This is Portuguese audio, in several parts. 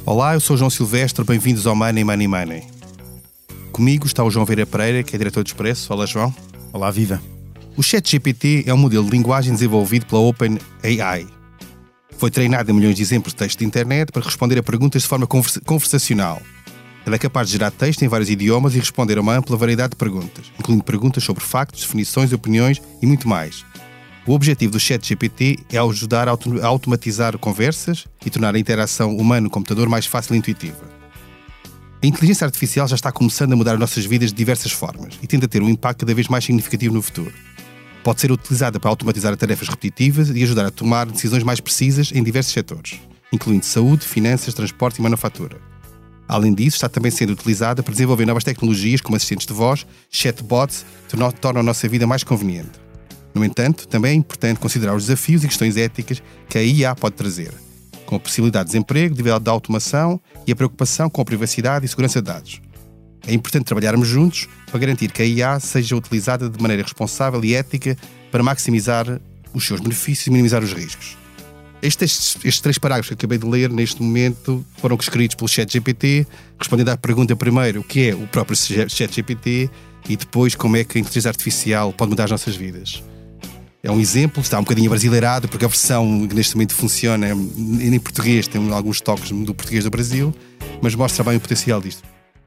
Olá, eu sou o João Silvestre, bem-vindos ao Money, Money, Money. Comigo está o João Vieira Pereira, que é diretor do Expresso. Olá, João. Olá, viva. O ChatGPT é um modelo de linguagem desenvolvido pela OpenAI. Foi treinado em milhões de exemplos de texto de internet para responder a perguntas de forma conversacional. Ele é capaz de gerar texto em vários idiomas e responder a uma ampla variedade de perguntas, incluindo perguntas sobre factos, definições, opiniões e muito mais. O objetivo do ChatGPT é ajudar a automatizar conversas e tornar a interação humano-computador mais fácil e intuitiva. A inteligência artificial já está começando a mudar as nossas vidas de diversas formas e tende a ter um impacto cada vez mais significativo no futuro. Pode ser utilizada para automatizar tarefas repetitivas e ajudar a tomar decisões mais precisas em diversos setores, incluindo saúde, finanças, transporte e manufatura. Além disso, está também sendo utilizada para desenvolver novas tecnologias como assistentes de voz, chatbots, que tornam a nossa vida mais conveniente. No entanto, também é importante considerar os desafios e questões éticas que a IA pode trazer, com a possibilidade de desemprego devido à automação e a preocupação com a privacidade e segurança de dados. É importante trabalharmos juntos para garantir que a IA seja utilizada de maneira responsável e ética para maximizar os seus benefícios e minimizar os riscos. Estes 3 parágrafos que acabei de ler neste momento foram escritos pelo ChatGPT, respondendo à pergunta primeiro o que é o próprio ChatGPT e depois como é que a inteligência artificial pode mudar as nossas vidas. É um exemplo, está um bocadinho brasileirado, porque a versão que neste momento funciona em português tem alguns toques do português do Brasil, mas mostra bem o potencial disto.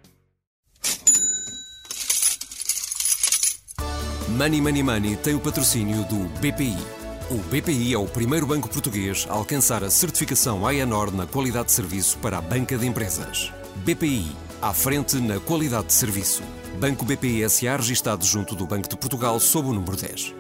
Money Money Money tem o patrocínio do BPI. O BPI é o primeiro banco português a alcançar a certificação AENOR na qualidade de serviço para a banca de empresas. BPI, à frente na qualidade de serviço. Banco BPI S.A. registado junto do Banco de Portugal sob o número 10.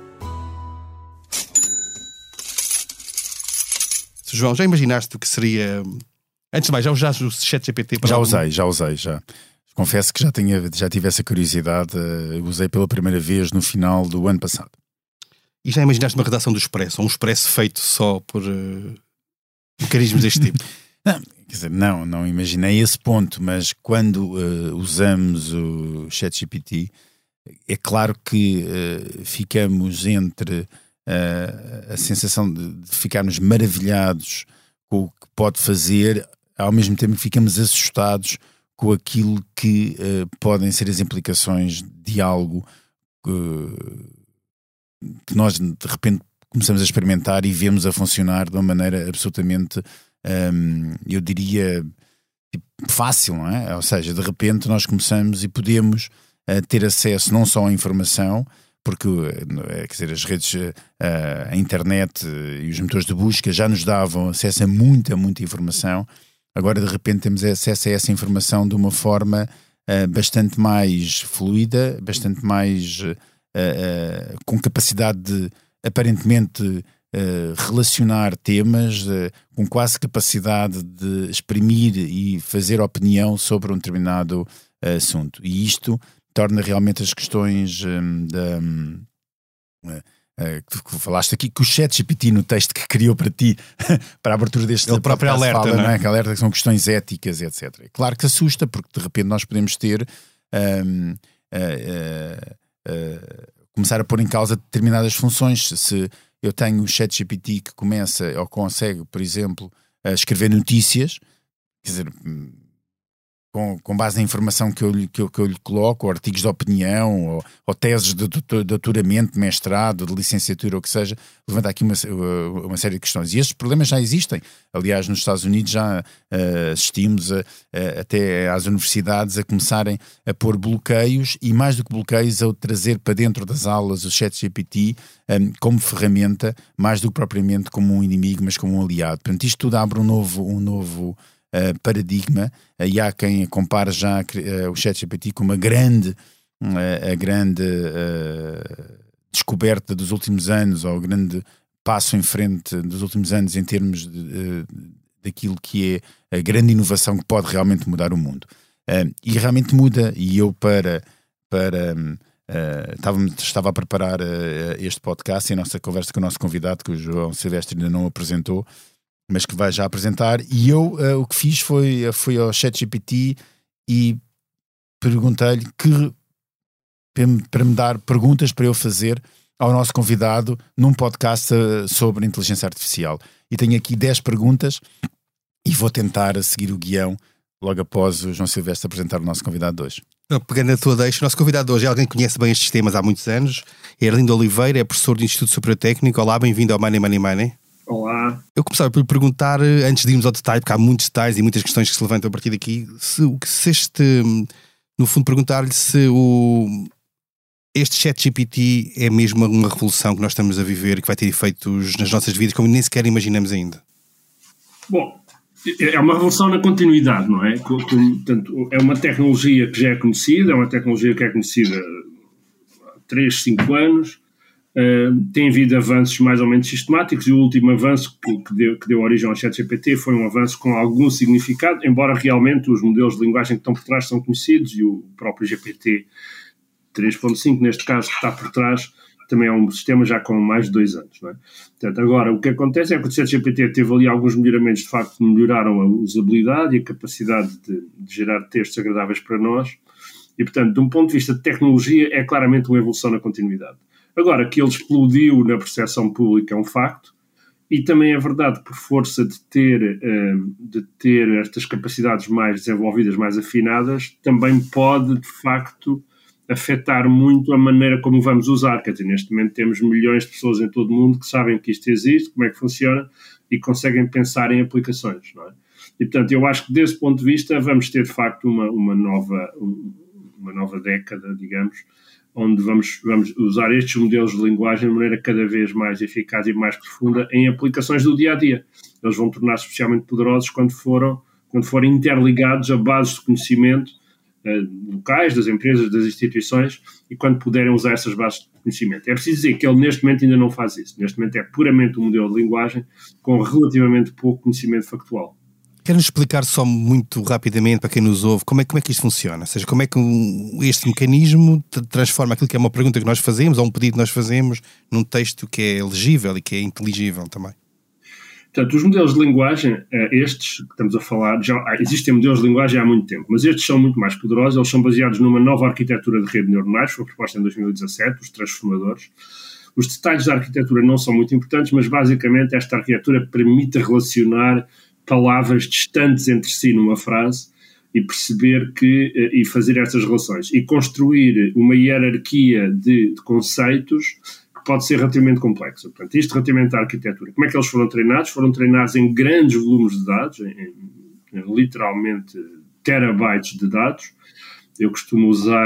João, já imaginaste o que seria... Antes de mais, já usaste o ChatGPT? Já usei. Confesso que já tive essa curiosidade. Usei pela primeira vez no final do ano passado. E já imaginaste uma redação do Expresso? Um Expresso feito só por mecanismos deste tipo? Não, quer dizer, não imaginei esse ponto, mas quando usamos o ChatGPT, é claro que ficamos entre a sensação de ficarmos maravilhados com o que pode fazer, ao mesmo tempo que ficamos assustados com aquilo que podem ser as implicações de algo que nós de repente começamos a experimentar e vemos a funcionar de uma maneira absolutamente, eu diria, fácil, não é? Ou seja, de repente nós começamos e podemos ter acesso não só à informação, porque quer dizer, as redes, a internet e os motores de busca já nos davam acesso a muita informação. Agora de repente temos acesso a essa informação de uma forma bastante mais fluida, bastante mais com capacidade de aparentemente relacionar temas, com quase capacidade de exprimir e fazer opinião sobre um determinado assunto. E isto torna realmente as questões que falaste aqui, que o ChatGPT no texto que criou para ti, para a abertura deste ele próprio alerta, fala, não é? Que alerta que são questões éticas, etc. Claro que assusta, porque de repente nós podemos ter começar a pôr em causa determinadas funções. Se eu tenho o ChatGPT que começa ou consegue, por exemplo, a escrever notícias, quer dizer, com base na informação que eu lhe coloco, ou artigos de opinião, ou teses de doutoramento, de mestrado, de licenciatura, ou o que seja, levanta aqui uma série de questões. E estes problemas já existem. Aliás, nos Estados Unidos já assistimos até às universidades a começarem a pôr bloqueios, e mais do que bloqueios, a trazer para dentro das aulas o ChatGPT como ferramenta, mais do que propriamente como um inimigo, mas como um aliado. Portanto, isto tudo abre um novo paradigma, e há quem compare já o ChatGPT como a grande descoberta dos últimos anos, ou o grande passo em frente dos últimos anos em termos daquilo que é a grande inovação que pode realmente mudar o mundo. E realmente muda, e eu estava a preparar este podcast e a nossa conversa com o nosso convidado, que o João Silvestre ainda não apresentou, mas que vai já apresentar, e eu o que fiz foi ao ChatGPT e perguntei-lhe para me dar perguntas para eu fazer ao nosso convidado num podcast sobre inteligência artificial. E tenho aqui 10 perguntas E vou tentar seguir o guião logo após o João Silvestre apresentar o nosso convidado de hoje. Pegando a tua deixa, o nosso convidado de hoje é alguém que conhece bem estes temas há muitos anos. É Arlindo Oliveira, é professor do Instituto Superior Técnico. Olá, bem-vindo ao Money Money Money. Olá. Eu começava por lhe perguntar, antes de irmos ao detalhe, porque há muitos detalhes e muitas questões que se levantam a partir daqui, no fundo, perguntar-lhe se este ChatGPT é mesmo uma revolução que nós estamos a viver e que vai ter efeitos nas nossas vidas como nem sequer imaginamos ainda. Bom, é uma revolução na continuidade, não é? Portanto, é uma tecnologia que já é conhecida, é uma tecnologia que é conhecida há 3, 5 anos, tem havido avanços mais ou menos sistemáticos e o último avanço que deu origem ao ChatGPT foi um avanço com algum significado, embora realmente os modelos de linguagem que estão por trás são conhecidos e o próprio GPT 3.5, neste caso, que está por trás, também é um sistema já com mais de 2 anos. Não é? Portanto, agora, o que acontece é que o ChatGPT teve ali alguns melhoramentos, de facto, que melhoraram a usabilidade e a capacidade de gerar textos agradáveis para nós. E, portanto, de um ponto de vista de tecnologia, é claramente uma evolução na continuidade. Agora, que ele explodiu na percepção pública é um facto, e também é verdade que por força de ter estas capacidades mais desenvolvidas, mais afinadas, também pode, de facto, afetar muito a maneira como vamos usar. Quer dizer, neste momento temos milhões de pessoas em todo o mundo que sabem que isto existe, como é que funciona e conseguem pensar em aplicações, não é? E, portanto, eu acho que desse ponto de vista vamos ter, de facto, uma nova década, digamos, onde vamos usar estes modelos de linguagem de maneira cada vez mais eficaz e mais profunda em aplicações do dia-a-dia. Eles vão tornar-se especialmente poderosos quando forem interligados a bases de conhecimento locais, das empresas, das instituições, e quando puderem usar essas bases de conhecimento. É preciso dizer que ele neste momento ainda não faz isso. Neste momento é puramente um modelo de linguagem com relativamente pouco conhecimento factual. Quer-nos explicar só muito rapidamente para quem nos ouve como é que isto funciona? Ou seja, como é que este mecanismo transforma aquilo que é uma pergunta que nós fazemos ou um pedido que nós fazemos num texto que é legível e que é inteligível também? Portanto, os modelos de linguagem, estes que estamos a falar, já existem modelos de linguagem há muito tempo, mas estes são muito mais poderosos, eles são baseados numa nova arquitetura de rede neuronais, foi proposta em 2017, os transformadores. Os detalhes da arquitetura não são muito importantes, mas basicamente esta arquitetura permite relacionar palavras distantes entre si numa frase e perceber e fazer essas relações e construir uma hierarquia de conceitos que pode ser relativamente complexa. Portanto, isto relativamente à arquitetura. Como é que eles foram treinados? Foram treinados em grandes volumes de dados, em literalmente terabytes de dados. Eu costumo usar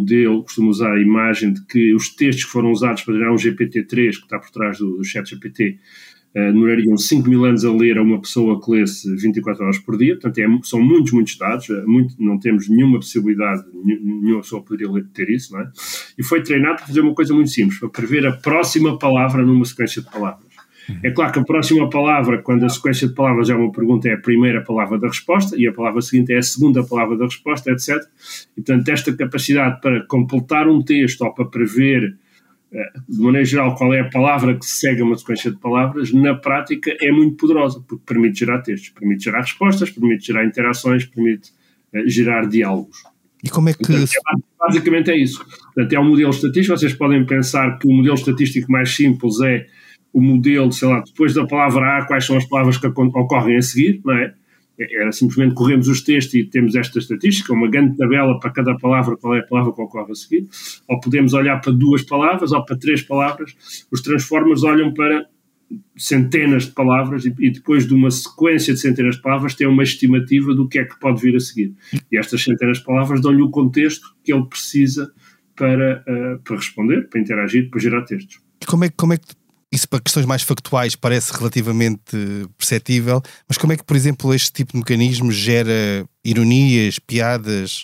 a imagem de que os textos que foram usados para treinar um GPT-3, que está por trás do ChatGPT, demorariam 5.000 anos a ler a uma pessoa que lesse 24 horas por dia. Portanto, são muitos dados, não temos nenhuma possibilidade, nenhuma pessoa poderia ter isso, não é? E foi treinado para fazer uma coisa muito simples, para prever a próxima palavra numa sequência de palavras. É claro que a próxima palavra, quando a sequência de palavras é uma pergunta, é a primeira palavra da resposta e a palavra seguinte é a segunda palavra da resposta, etc. E, portanto, esta capacidade para completar um texto ou para prever de maneira geral qual é a palavra que segue uma sequência de palavras, na prática é muito poderosa, porque permite gerar textos, permite gerar respostas, permite gerar interações, permite gerar diálogos. E como é que... Portanto, basicamente é isso. Portanto, é um modelo estatístico. Vocês podem pensar que o modelo estatístico mais simples é o modelo, sei lá, depois da palavra A, quais são as palavras que ocorrem a seguir, não é? Era simplesmente corremos os textos e temos esta estatística, uma grande tabela para cada palavra, qual é a palavra que ocorre a seguir. Ou podemos olhar para 2 palavras ou para 3 palavras. Os transformers olham para centenas de palavras e depois de uma sequência de centenas de palavras têm uma estimativa do que é que pode vir a seguir. E estas centenas de palavras dão-lhe o contexto que ele precisa para responder, para interagir, para gerar textos. E como é que isso para questões mais factuais parece relativamente perceptível, mas como é que, por exemplo, este tipo de mecanismo gera ironias, piadas,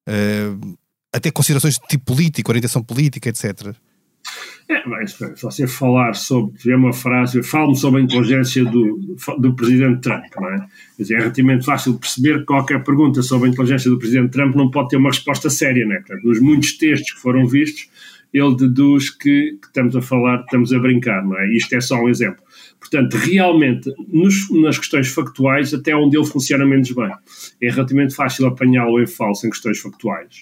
até considerações de tipo político, orientação política, etc.? Se você falar sobre, tiver uma frase, fale-me sobre a inteligência do Presidente Trump, não é? Quer dizer, é relativamente fácil perceber que qualquer pergunta sobre a inteligência do Presidente Trump não pode ter uma resposta séria, não é? Portanto, nos muitos textos que foram vistos, ele deduz que estamos a brincar, não é? Isto é só um exemplo. Portanto, realmente, nas questões factuais, até onde ele funciona menos bem. É relativamente fácil apanhá-lo em falso em questões factuais.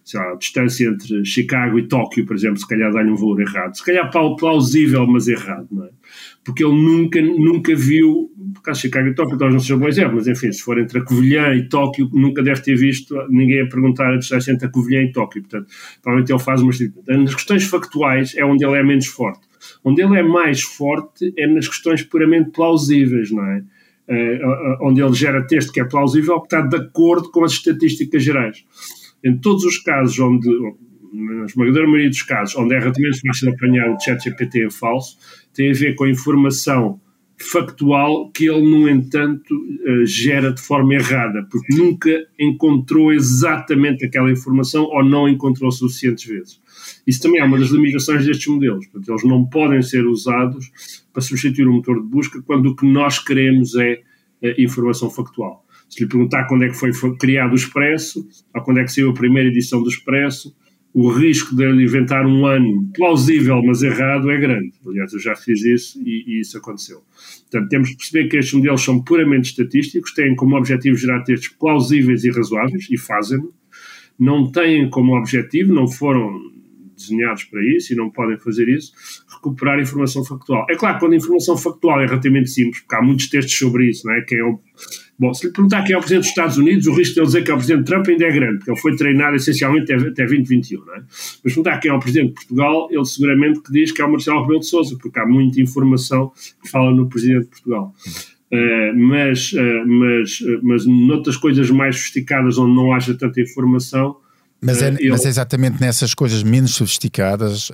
sei lá, a distância entre Chicago e Tóquio, por exemplo, se calhar dá-lhe um valor errado. Se calhar plausível, mas errado, não é? Porque ele nunca viu, por causa de Chicago e Tóquio, talvez não seja um bom exemplo, mas enfim, se for entre a Covilhã e Tóquio, nunca deve ter visto ninguém a perguntar a distância entre a Covilhã e Tóquio. Portanto, provavelmente ele faz umas... Nas questões factuais é onde ele é menos forte. Onde ele é mais forte é nas questões puramente plausíveis, não é? Onde ele gera texto que é plausível, que está de acordo com as estatísticas gerais. Em todos os casos na esmagadora maioria dos casos, onde é relativamente fácil apanhar o ChatGPT em falso, tem a ver com informação factual que ele, no entanto, gera de forma errada, porque nunca encontrou exatamente aquela informação ou não encontrou suficientes vezes. Isso também é uma das limitações destes modelos. Portanto, eles não podem ser usados para substituir um motor de busca quando o que nós queremos é informação factual. Se lhe perguntar quando é que foi criado o Expresso, ou quando é que saiu a primeira edição do Expresso, o risco de ele inventar um ano plausível, mas errado, é grande. Aliás, eu já fiz isso e isso aconteceu. Portanto, temos de perceber que estes modelos são puramente estatísticos, têm como objetivo gerar textos plausíveis e razoáveis, e fazem-no. Não têm como objetivo, não foram desenhados para isso e não podem fazer isso, recuperar informação factual. É claro que quando a informação factual é relativamente simples, porque há muitos textos sobre isso, não é? Bom, se lhe perguntar quem é o Presidente dos Estados Unidos, o risco de ele dizer que é o Presidente Trump ainda é grande, porque ele foi treinado essencialmente até 2021, não é? Mas perguntar quem é o Presidente de Portugal, ele seguramente que diz que é o Marcelo Rebelo de Sousa, porque há muita informação que fala no Presidente de Portugal. Mas noutras coisas mais sofisticadas, onde não haja tanta informação, mas é exatamente nessas coisas menos sofisticadas,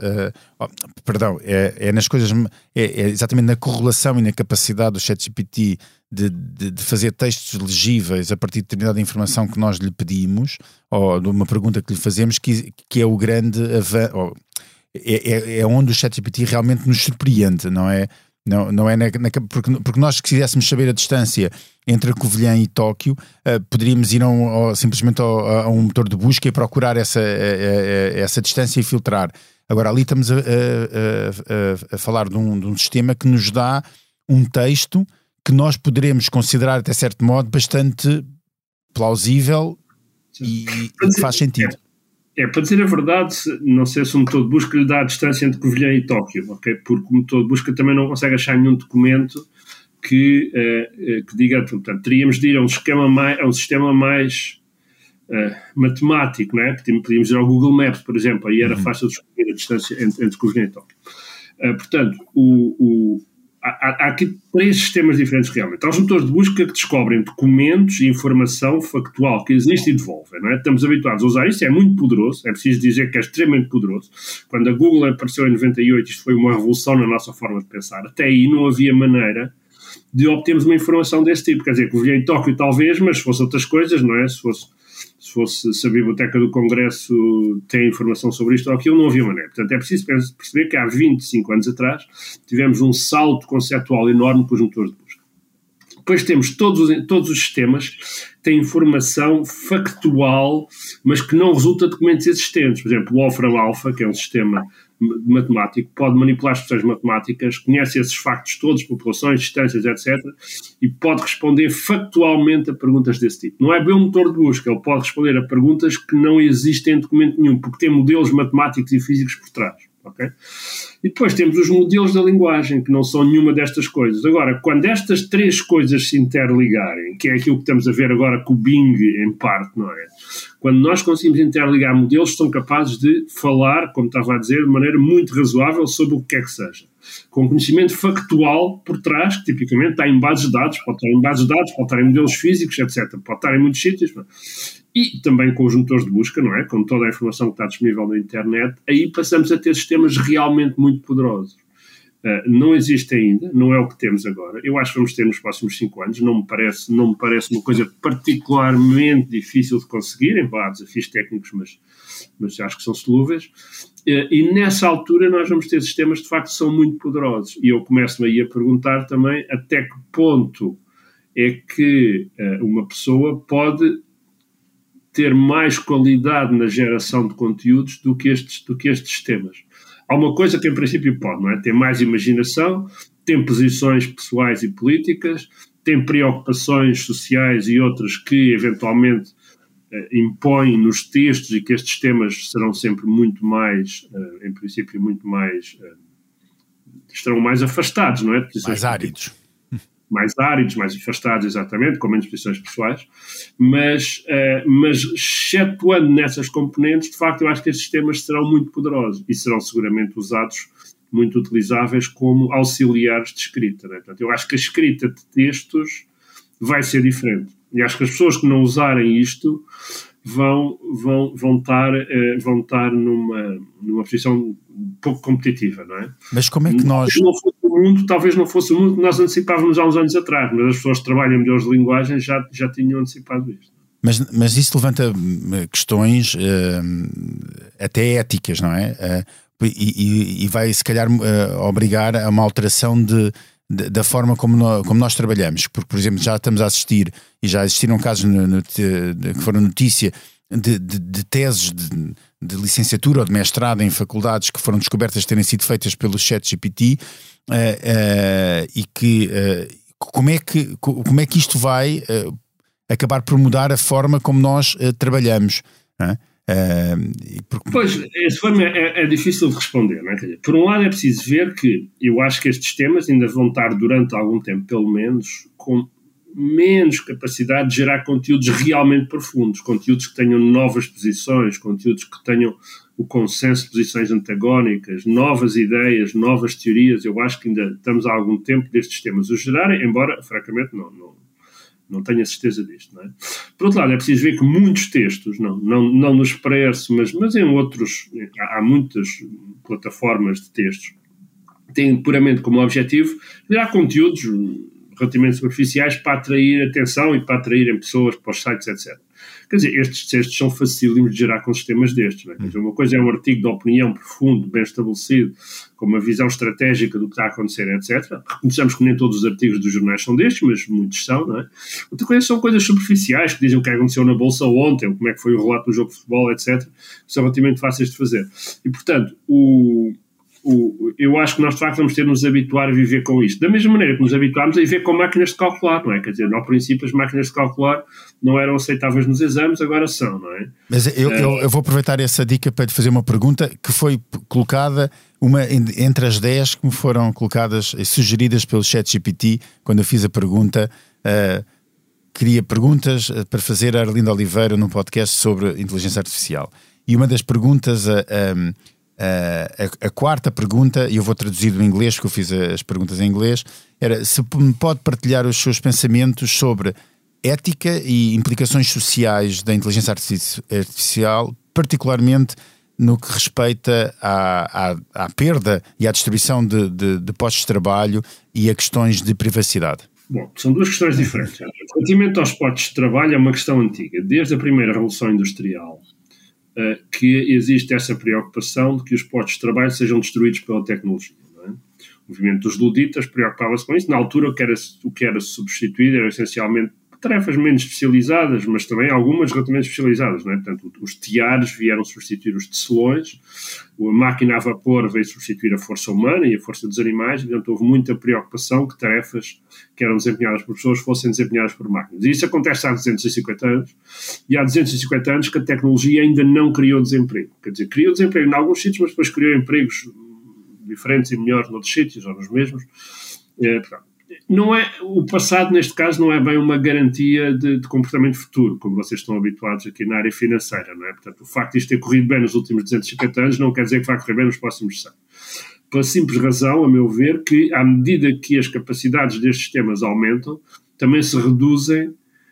é nas coisas, é exatamente na correlação e na capacidade do ChatGPT de fazer textos legíveis a partir de determinada informação que nós lhe pedimos, ou de uma pergunta que lhe fazemos, que é o grande avanço, é onde o ChatGPT realmente nos surpreende, não é? Não é porque nós, se quiséssemos saber a distância entre a Covilhã e Tóquio, poderíamos ir simplesmente a um motor de busca e procurar essa distância e filtrar. Agora, ali estamos a falar de um sistema que nos dá um texto que nós poderemos considerar, até certo modo, bastante plausível e que faz sentido. Para dizer a verdade, não sei se o motor de busca lhe dá a distância entre Covilhã e Tóquio, ok? Porque o motor de busca também não consegue achar nenhum documento que diga, portanto, teríamos de ir a um sistema mais matemático, não é? Podíamos ir ao Google Maps, por exemplo, aí era fácil descobrir a distância entre Covilhã e Tóquio. Portanto, há aqui 3 sistemas diferentes realmente. Há os motores de busca que descobrem documentos e informação factual que existe e devolvem, não é? Estamos habituados a usar isso, é muito poderoso, é preciso dizer que é extremamente poderoso. Quando a Google apareceu em 98, isto foi uma revolução na nossa forma de pensar. Até aí não havia maneira de obtermos uma informação desse tipo. Quer dizer, que Covilhã e Tóquio talvez, mas se fosse outras coisas, não é? Se fosse a Biblioteca do Congresso tem informação sobre isto ou aquilo, não havia maneira. Portanto, é preciso perceber que há 25 anos atrás tivemos um salto conceptual enorme com os motores de busca. Depois temos todos os sistemas têm informação factual, mas que não resulta de documentos existentes. Por exemplo, o Wolfram Alpha, que é um sistema matemático, pode manipular expressões matemáticas, conhece esses factos todos, populações, distâncias, etc., e pode responder factualmente a perguntas desse tipo. Não é bem um motor de busca, ele pode responder a perguntas que não existem em documento nenhum, porque tem modelos matemáticos e físicos por trás. Okay? E depois temos os modelos da linguagem, que não são nenhuma destas coisas. Agora, quando estas 3 coisas se interligarem, que é aquilo que estamos a ver agora com o Bing, em parte, não é? Quando nós conseguimos interligar modelos, são capazes de falar, como estava a dizer, de maneira muito razoável sobre o que quer que seja. Com conhecimento factual por trás, que tipicamente está em bases de dados, pode estar em bases de dados, pode estar em modelos físicos, etc. Pode estar em muitos sítios, não é? E também com os motores de busca, não é? Com toda a informação que está disponível na internet, aí passamos a ter sistemas realmente muito poderosos. Não existe ainda, não é o que temos agora. Eu acho que vamos ter nos próximos 5 anos, não me parece uma coisa particularmente difícil de conseguir, embora há desafios técnicos, mas acho que são solúveis. E nessa altura nós vamos ter sistemas de facto que são muito poderosos. E eu começo-me aí a perguntar também até que ponto é que uma pessoa pode ter mais qualidade na geração de conteúdos do que estes sistemas. Há uma coisa que em princípio pode, não é? Tem mais imaginação, tem posições pessoais e políticas, tem preocupações sociais e outras que eventualmente impõe nos textos e que estes temas serão sempre muito mais, em princípio, estarão mais afastados, não é? Mais áridos. Mais áridos, mais afastados, exatamente, com menos posições pessoais, mas excetuando nessas componentes, de facto, eu acho que estes temas serão muito poderosos e serão seguramente usados, muito utilizáveis como auxiliares de escrita, né? Portanto, eu acho que a escrita de textos vai ser diferente. E acho que as pessoas que não usarem isto vão estar numa posição pouco competitiva, não é? Mas como é que nós... Talvez não fosse o mundo que nós antecipávamos há uns anos atrás, mas as pessoas que trabalham em modelos de linguagem já tinham antecipado isto. Mas isso levanta questões até éticas, não é? E vai, se calhar, obrigar a uma alteração da forma como nós trabalhamos. Porque, por exemplo, já estamos a assistir, e já existiram casos que foram notícia, de teses de licenciatura ou de mestrado em faculdades que foram descobertas terem sido feitas pelo ChatGPT, e que como é que isto vai acabar por mudar a forma como nós trabalhamos, não é? Pois, esse é difícil de responder, não é? Quer dizer, por um lado é preciso ver que eu acho que estes temas ainda vão estar durante algum tempo, pelo menos, com menos capacidade de gerar conteúdos realmente profundos, conteúdos que tenham novas posições, conteúdos que tenham o consenso de posições antagónicas, novas ideias, novas teorias. Eu acho que ainda estamos há algum tempo destes temas os gerarem, embora, francamente, não tenho a certeza disto, não é? Por outro lado, é preciso ver que muitos textos, não no Expresso, mas em outros, há muitas plataformas de textos, têm puramente como objetivo gerar conteúdos relativamente superficiais para atrair atenção e para atraírem pessoas para os sites, etc. Quer dizer, estes textos são facílimos de gerar com sistemas destes, não é? Quer dizer, uma coisa é um artigo de opinião profundo, bem estabelecido, com uma visão estratégica do que está a acontecer, etc. Reconhecemos que nem todos os artigos dos jornais são destes, mas muitos são, não é? Outra coisa são coisas superficiais, que dizem o que aconteceu na Bolsa ontem, ou como é que foi o relato do jogo de futebol, etc. Que são relativamente fáceis de fazer. E, portanto, eu acho que nós, de facto, vamos ter de nos habituar a viver com isto. Da mesma maneira que nos habituámos a viver com máquinas de calcular, não é? Quer dizer, ao princípio as máquinas de calcular não eram aceitáveis nos exames, agora são, não é? Mas eu vou aproveitar essa dica para te fazer uma pergunta que foi colocada, entre as 10 que me foram colocadas e sugeridas pelo ChatGPT quando eu fiz a pergunta. Queria perguntas para fazer a Arlinda Oliveira num podcast sobre inteligência artificial. E uma das perguntas... A quarta pergunta, e eu vou traduzir do inglês porque eu fiz as perguntas em inglês, era se me pode partilhar os seus pensamentos sobre ética e implicações sociais da inteligência artificial, particularmente no que respeita à perda e à distribuição de postos de trabalho e a questões de privacidade. Bom, são duas questões diferentes. Relativamente aos postos de trabalho é uma questão antiga. Desde a primeira Revolução Industrial que existe essa preocupação de que os postos de trabalho sejam destruídos pela tecnologia, não é? O movimento dos luditas preocupava-se com isso. Na altura, o que era substituído era essencialmente tarefas menos especializadas, mas também algumas relativamente especializadas, não é? Portanto, os tiares vieram substituir os tecelões, a máquina a vapor veio substituir a força humana e a força dos animais, e, portanto, houve muita preocupação que tarefas que eram desempenhadas por pessoas fossem desempenhadas por máquinas. E isso acontece há 250 anos, e há 250 anos que a tecnologia ainda não criou desemprego. Quer dizer, criou desemprego em alguns sítios, mas depois criou empregos diferentes e melhores noutros sítios, ou nos mesmos. Não é, o passado, neste caso, não é bem uma garantia de comportamento futuro, como vocês estão habituados aqui na área financeira, não é? Portanto, o facto de isto ter corrido bem nos últimos 250 anos não quer dizer que vai correr bem nos próximos 100. Pela simples razão, a meu ver, que à medida que as capacidades destes sistemas aumentam, também se reduzem,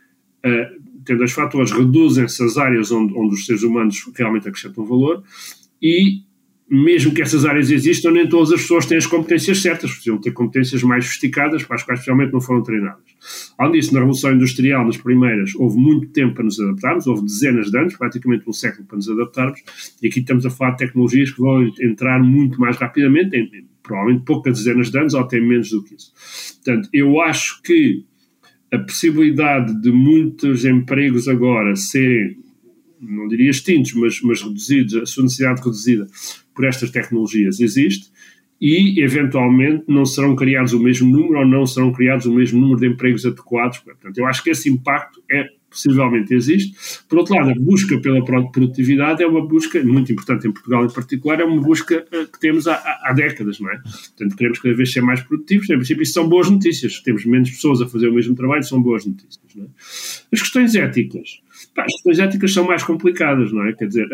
tem dois fatores, reduzem-se as áreas onde os seres humanos realmente acrescentam valor e, mesmo que essas áreas existam, nem todas as pessoas têm as competências certas, precisam ter competências mais sofisticadas, para as quais especialmente não foram treinadas. Além disso, na Revolução Industrial, nas primeiras, houve muito tempo para nos adaptarmos, houve dezenas de anos, praticamente um século para nos adaptarmos, e aqui estamos a falar de tecnologias que vão entrar muito mais rapidamente, em provavelmente poucas dezenas de anos, ou até menos do que isso. Portanto, eu acho que a possibilidade de muitos empregos agora serem, não diria extintos, mas reduzidos, a sua necessidade reduzida por estas tecnologias existe e, eventualmente, não serão criados o mesmo número ou não serão criados o mesmo número de empregos adequados. Portanto, eu acho que esse impacto é possivelmente existe. Por outro lado, a busca pela produtividade é uma busca muito importante em Portugal em particular, é uma busca que temos há décadas, não é? Portanto, queremos cada vez ser mais produtivos. Em princípio, isso são boas notícias. Temos menos pessoas a fazer o mesmo trabalho, são boas notícias, não é? As questões éticas. As questões éticas são mais complicadas, não é? Quer dizer,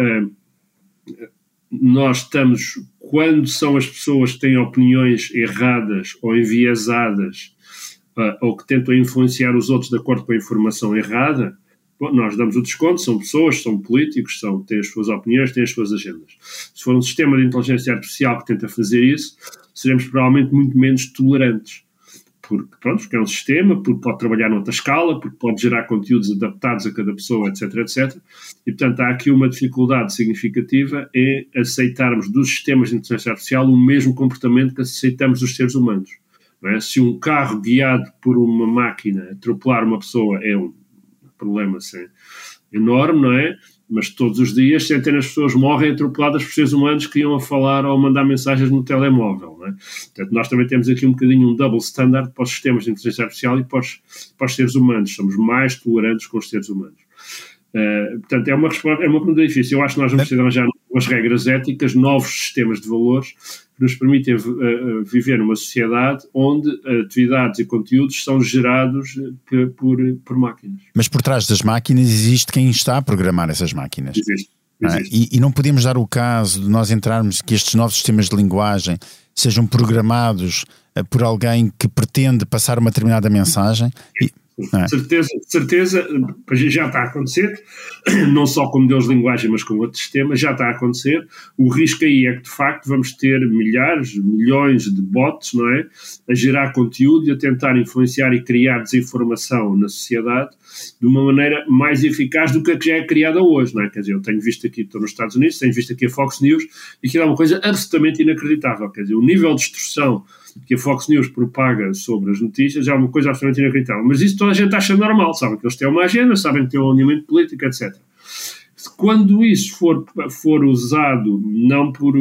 nós estamos, quando são as pessoas que têm opiniões erradas ou enviesadas, ou que tentam influenciar os outros de acordo com a informação errada, bom, nós damos o desconto, são pessoas, são políticos, têm as suas opiniões, têm as suas agendas. Se for um sistema de inteligência artificial que tenta fazer isso, seremos provavelmente muito menos tolerantes. Porque é um sistema, porque pode trabalhar noutra escala, porque pode gerar conteúdos adaptados a cada pessoa, etc, etc. E, portanto, há aqui uma dificuldade significativa em aceitarmos dos sistemas de inteligência artificial o mesmo comportamento que aceitamos dos seres humanos. Não é? Se um carro guiado por uma máquina atropelar uma pessoa é um problema enorme, não é? Mas todos os dias centenas de pessoas morrem atropeladas por seres humanos que iam a falar ou a mandar mensagens no telemóvel, não é? Portanto, nós também temos aqui um bocadinho um double standard para os sistemas de inteligência artificial e para os seres humanos. Somos mais tolerantes com os seres humanos. Portanto, é uma pergunta difícil. Eu acho que nós vamos ter de arranjar novas regras éticas, novos sistemas de valores que nos permitem viver numa sociedade onde atividades e conteúdos são gerados por máquinas. Mas por trás das máquinas existe quem está a programar essas máquinas. Existe. E não podemos dar o caso de nós entrarmos que estes novos sistemas de linguagem sejam programados por alguém que pretende passar uma determinada mensagem. Certeza, já está a acontecer, não só com modelos de linguagem, mas com outros sistemas, já está a acontecer. O risco aí é que, de facto, vamos ter milhões de bots, não é? A gerar conteúdo e a tentar influenciar e criar desinformação na sociedade de uma maneira mais eficaz do que a que já é criada hoje, não é? Quer dizer, eu tenho visto aqui, estou nos Estados Unidos, tenho visto aqui a Fox News, e aquilo é uma coisa absolutamente inacreditável. Quer dizer, o nível de distorção que a Fox News propaga sobre as notícias é uma coisa absolutamente inacreditável. Mas isso toda a gente acha normal, sabem que eles têm uma agenda, sabem que têm um alinhamento político, etc. Quando isso for usado não por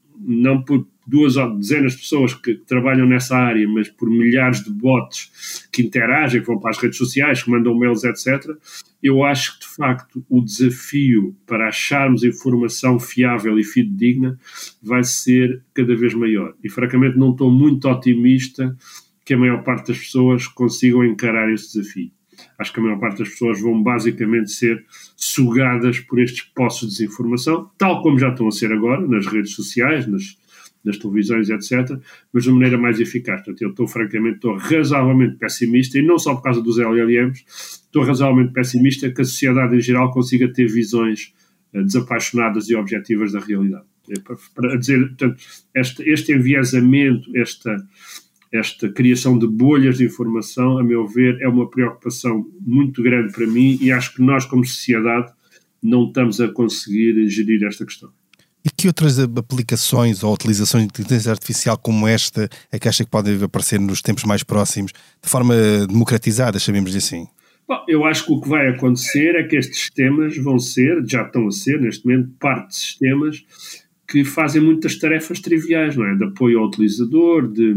duas ou dezenas de pessoas que trabalham nessa área, mas por milhares de bots que interagem, que vão para as redes sociais, que mandam mails, etc., eu acho que, de facto, o desafio para acharmos informação fiável e fidedigna vai ser cada vez maior. E, francamente, não estou muito otimista que a maior parte das pessoas consigam encarar esse desafio. Acho que a maior parte das pessoas vão basicamente ser sugadas por estes poços de desinformação, tal como já estão a ser agora, nas redes sociais, nas televisões, etc., mas de maneira mais eficaz. Portanto, eu estou razoavelmente pessimista, e não só por causa dos LLMs, estou razoavelmente pessimista que a sociedade em geral consiga ter visões desapaixonadas e objetivas da realidade. Para dizer, portanto, este enviesamento, esta criação de bolhas de informação, a meu ver, é uma preocupação muito grande para mim, e acho que nós, como sociedade, não estamos a conseguir gerir esta questão. E que outras aplicações ou utilizações de inteligência artificial como esta é que acha que podem aparecer nos tempos mais próximos, de forma democratizada, chamemos-lhe assim? Bom, eu acho que o que vai acontecer é que estes sistemas já estão a ser, neste momento, parte de sistemas que fazem muitas tarefas triviais, não é? De apoio ao utilizador, de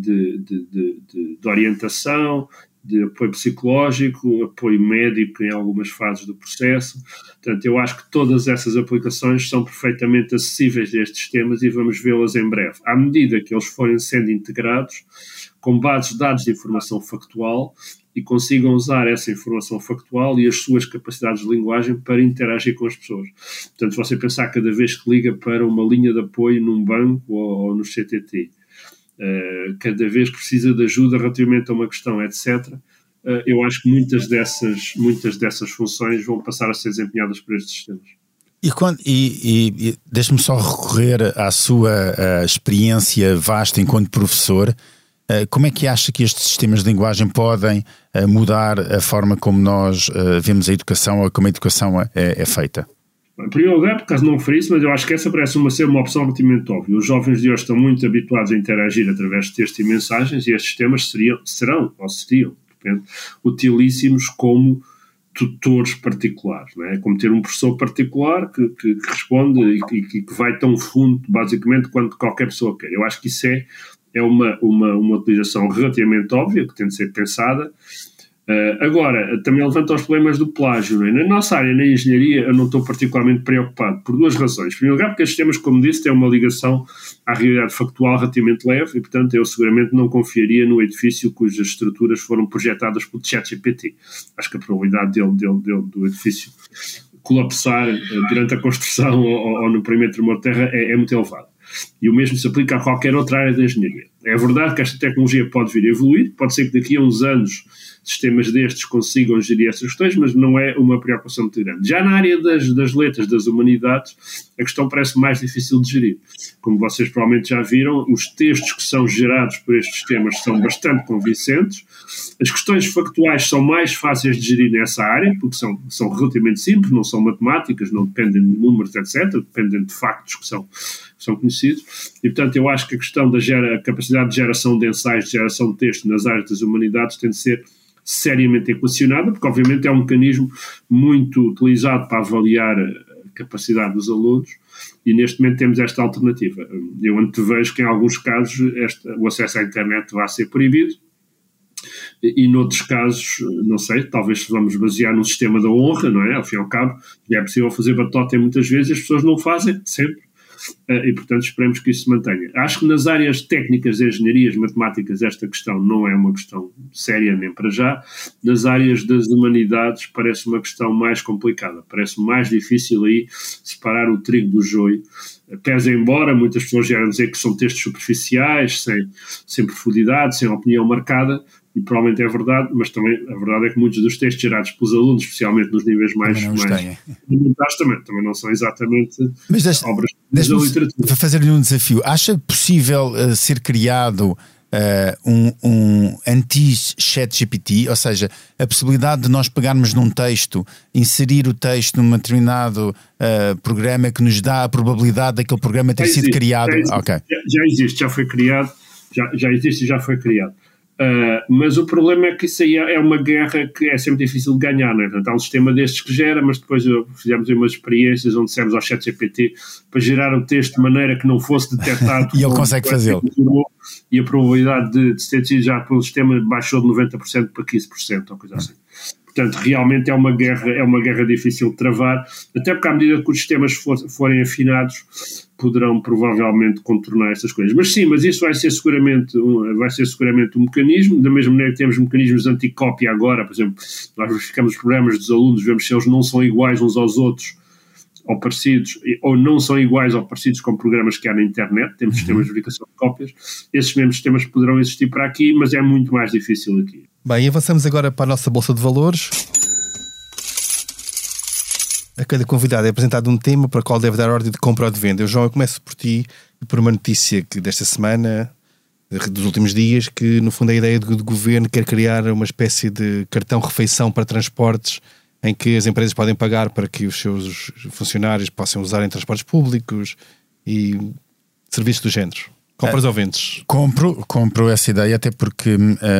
orientação, de apoio psicológico, apoio médico em algumas fases do processo. Portanto, eu acho que todas essas aplicações são perfeitamente acessíveis a estes sistemas e vamos vê-las em breve. À medida que eles forem sendo integrados com bases de dados de informação factual e consigam usar essa informação factual e as suas capacidades de linguagem para interagir com as pessoas. Portanto, se você pensar cada vez que liga para uma linha de apoio num banco ou no CTT, cada vez que precisa de ajuda relativamente a uma questão, etc., eu acho que muitas dessas funções vão passar a ser desempenhadas por estes sistemas. E deixe-me só recorrer à sua experiência vasta enquanto professor. Como é que acha que estes sistemas de linguagem podem mudar a forma como nós vemos a educação ou como a educação é feita? Em primeiro lugar, por acaso não referi isso, mas eu acho que essa parece ser uma opção relativamente óbvia. Os jovens de hoje estão muito habituados a interagir através de texto e mensagens, e estes sistemas seriam, depende, utilíssimos como tutores particulares, não é? Como ter um professor particular que responde e que vai tão fundo, basicamente, quanto qualquer pessoa quer. Eu acho que isso é uma utilização relativamente óbvia, que tem de ser pensada. Agora, também levanta os problemas do plágio. Não é? Na nossa área, na engenharia, eu não estou particularmente preocupado, por duas razões. Em primeiro lugar, porque estes sistemas, como disse, têm uma ligação à realidade factual relativamente leve e, portanto, eu seguramente não confiaria no edifício cujas estruturas foram projetadas pelo ChatGPT. Acho que a probabilidade do edifício colapsar durante a construção ou no perímetro de uma terra é muito elevada. E o mesmo se aplica a qualquer outra área da engenharia. É verdade que esta tecnologia pode vir a evoluir, pode ser que daqui a uns anos sistemas destes consigam gerir essas questões, mas não é uma preocupação muito grande. Já na área das letras, das humanidades, a questão parece mais difícil de gerir. Como vocês provavelmente já viram, os textos que são gerados por estes sistemas são bastante convincentes. As questões factuais são mais fáceis de gerir nessa área, porque são relativamente simples, não são matemáticas, não dependem de números, etc., dependem de factos que são conhecidos. E, portanto, eu acho que a questão da capacidade de geração de ensaios, de geração de texto nas áreas das humanidades tem de ser seriamente equacionada, porque obviamente é um mecanismo muito utilizado para avaliar a capacidade dos alunos e neste momento temos esta alternativa. Eu antevejo que em alguns casos o acesso à internet vai ser proibido e noutros casos, não sei, talvez vamos basear num sistema da honra, não é? Ao fim e ao cabo, é possível fazer batota muitas vezes e as pessoas não o fazem sempre. E, portanto, esperemos que isso se mantenha. Acho que nas áreas técnicas, engenharias, matemáticas, esta questão não é uma questão séria nem para já. Nas áreas das humanidades parece uma questão mais complicada, parece mais difícil aí separar o trigo do joio. Pese embora muitas pessoas já dizer que são textos superficiais, sem profundidade, sem opinião marcada, e provavelmente é verdade, mas também a verdade é que muitos dos textos gerados pelos alunos, especialmente nos níveis mais fundamentais, também não são exatamente obras da literatura. Vou fazer-lhe um desafio. Acha possível ser criado um anti-ChatGPT, ou seja, a possibilidade de nós pegarmos num texto, inserir o texto num determinado programa que nos dá a probabilidade daquele programa ter sido criado? Já existe, já foi criado, já existe e já foi criado. Mas o problema é que isso aí é uma guerra que é sempre difícil de ganhar, não é? Portanto, há um sistema destes que gera, mas depois fizemos umas experiências onde dissemos ao ChatGPT para gerar o texto de maneira que não fosse detectado. E ele consegue fazê-lo. E a probabilidade de ter sido já pelo sistema baixou de 90% para 15%, ou coisa assim. Portanto, realmente é uma guerra difícil de travar, até porque à medida que os sistemas forem afinados, poderão provavelmente contornar essas coisas. Mas sim, isso vai ser seguramente um mecanismo, da mesma maneira que temos mecanismos de anticópia agora, por exemplo, nós verificamos os programas dos alunos, vemos se eles não são iguais uns aos outros, ou parecidos, ou não são iguais ou parecidos com programas que há na internet, temos sistemas de verificação de cópias, esses mesmos sistemas poderão existir para aqui, mas é muito mais difícil aqui. Bem, avançamos agora para a nossa Bolsa de Valores. A cada convidado é apresentado um tema para o qual deve dar ordem de compra ou de venda. João, eu começo por ti e por uma notícia que desta semana, dos últimos dias, que no fundo a ideia do governo quer criar uma espécie de cartão-refeição para transportes em que as empresas podem pagar para que os seus funcionários possam usar em transportes públicos e serviços do género. Compras ou vendes? Compro essa ideia, até porque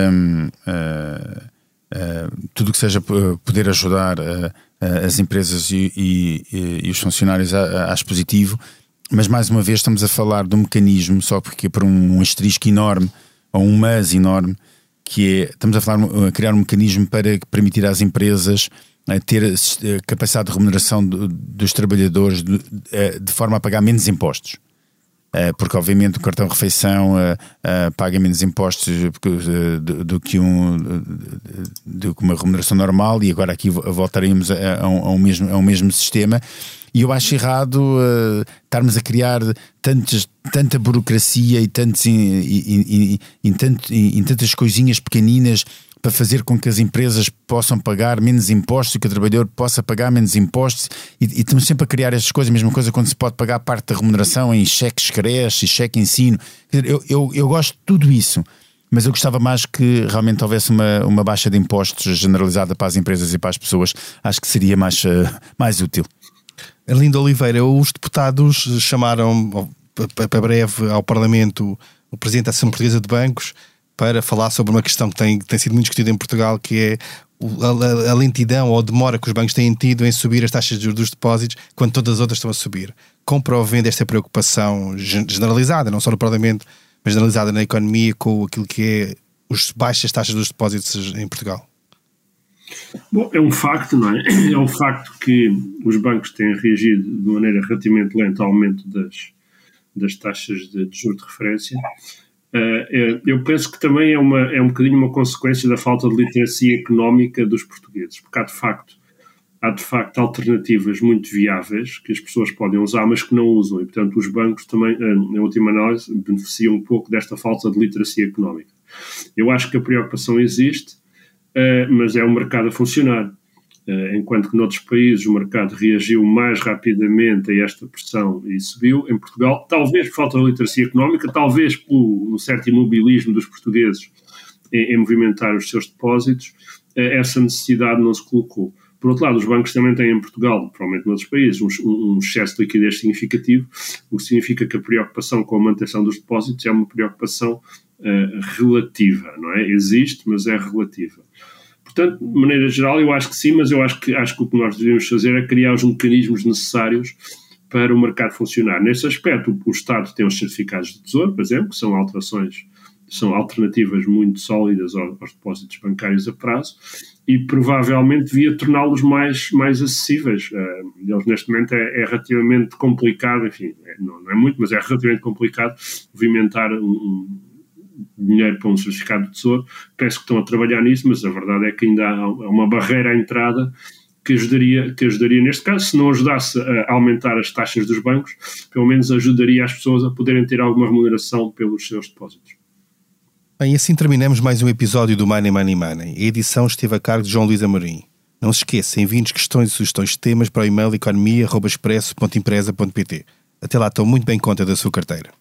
tudo que seja poder ajudar as empresas e os funcionários acho positivo, mas mais uma vez estamos a falar de um mecanismo, só porque é para um asterisco enorme, ou um mas enorme, que é, estamos a criar um mecanismo para permitir às empresas ter capacidade de remuneração dos trabalhadores de forma a pagar menos impostos. Porque obviamente o cartão refeição paga menos impostos do que uma remuneração normal, e agora aqui voltaremos ao mesmo sistema. E eu acho errado estarmos a criar tanta burocracia e tantas coisinhas pequeninas para fazer com que as empresas possam pagar menos impostos e que o trabalhador possa pagar menos impostos, e estamos sempre a criar estas coisas. A mesma coisa quando se pode pagar parte da remuneração em cheques creche e cheque ensino. Quer dizer, eu gosto de tudo isso, mas eu gostava mais que realmente houvesse uma baixa de impostos generalizada para as empresas e para as pessoas. Acho que seria mais útil. Arlindo Oliveira, os deputados chamaram para breve ao Parlamento o Presidente da Associação Portuguesa de Bancos para falar sobre uma questão que tem sido muito discutida em Portugal, que é a lentidão ou a demora que os bancos têm tido em subir as taxas de juros dos depósitos quando todas as outras estão a subir. Compra ou vende esta preocupação generalizada, não só no Parlamento, mas generalizada na economia, com aquilo que é as baixas taxas dos depósitos em Portugal? Bom, é um facto, não é? É um facto que os bancos têm reagido de maneira relativamente lenta ao aumento das taxas de juros de referência. Eu penso que também é um bocadinho uma consequência da falta de literacia económica dos portugueses, porque há de facto alternativas muito viáveis que as pessoas podem usar, mas que não usam, e portanto os bancos também, em última análise, beneficiam um pouco desta falta de literacia económica. Eu acho que a preocupação existe, mas é um mercado a funcionar. Enquanto que noutros países o mercado reagiu mais rapidamente a esta pressão e subiu, em Portugal, talvez por falta de literacia económica, talvez por um certo imobilismo dos portugueses em movimentar os seus depósitos, essa necessidade não se colocou. Por outro lado, os bancos também têm em Portugal, provavelmente noutros países, um excesso de liquidez significativo, o que significa que a preocupação com a manutenção dos depósitos é uma preocupação relativa, não é? Existe, mas é relativa. Portanto, de maneira geral, eu acho que sim, mas eu acho que o que nós devemos fazer é criar os mecanismos necessários para o mercado funcionar. Nesse aspecto, o Estado tem os certificados de tesouro, por exemplo, que são alternativas muito sólidas aos depósitos bancários a prazo, e provavelmente devia torná-los mais acessíveis. Eles, neste momento, é relativamente complicado, enfim, não é muito, mas é relativamente complicado movimentar dinheiro para um certificado de tesouro. Penso que estão a trabalhar nisso, mas a verdade é que ainda há uma barreira à entrada que ajudaria neste caso, se não ajudasse a aumentar as taxas dos bancos, pelo menos ajudaria as pessoas a poderem ter alguma remuneração pelos seus depósitos. Bem, assim terminamos mais um episódio do Money Money Money. A edição esteve a cargo de João Luís Amorim. Não se esqueça, enviem-nos questões e sugestões de temas para o e-mail economia@expresso.empresa.pt. Até lá, estão muito bem conta da sua carteira.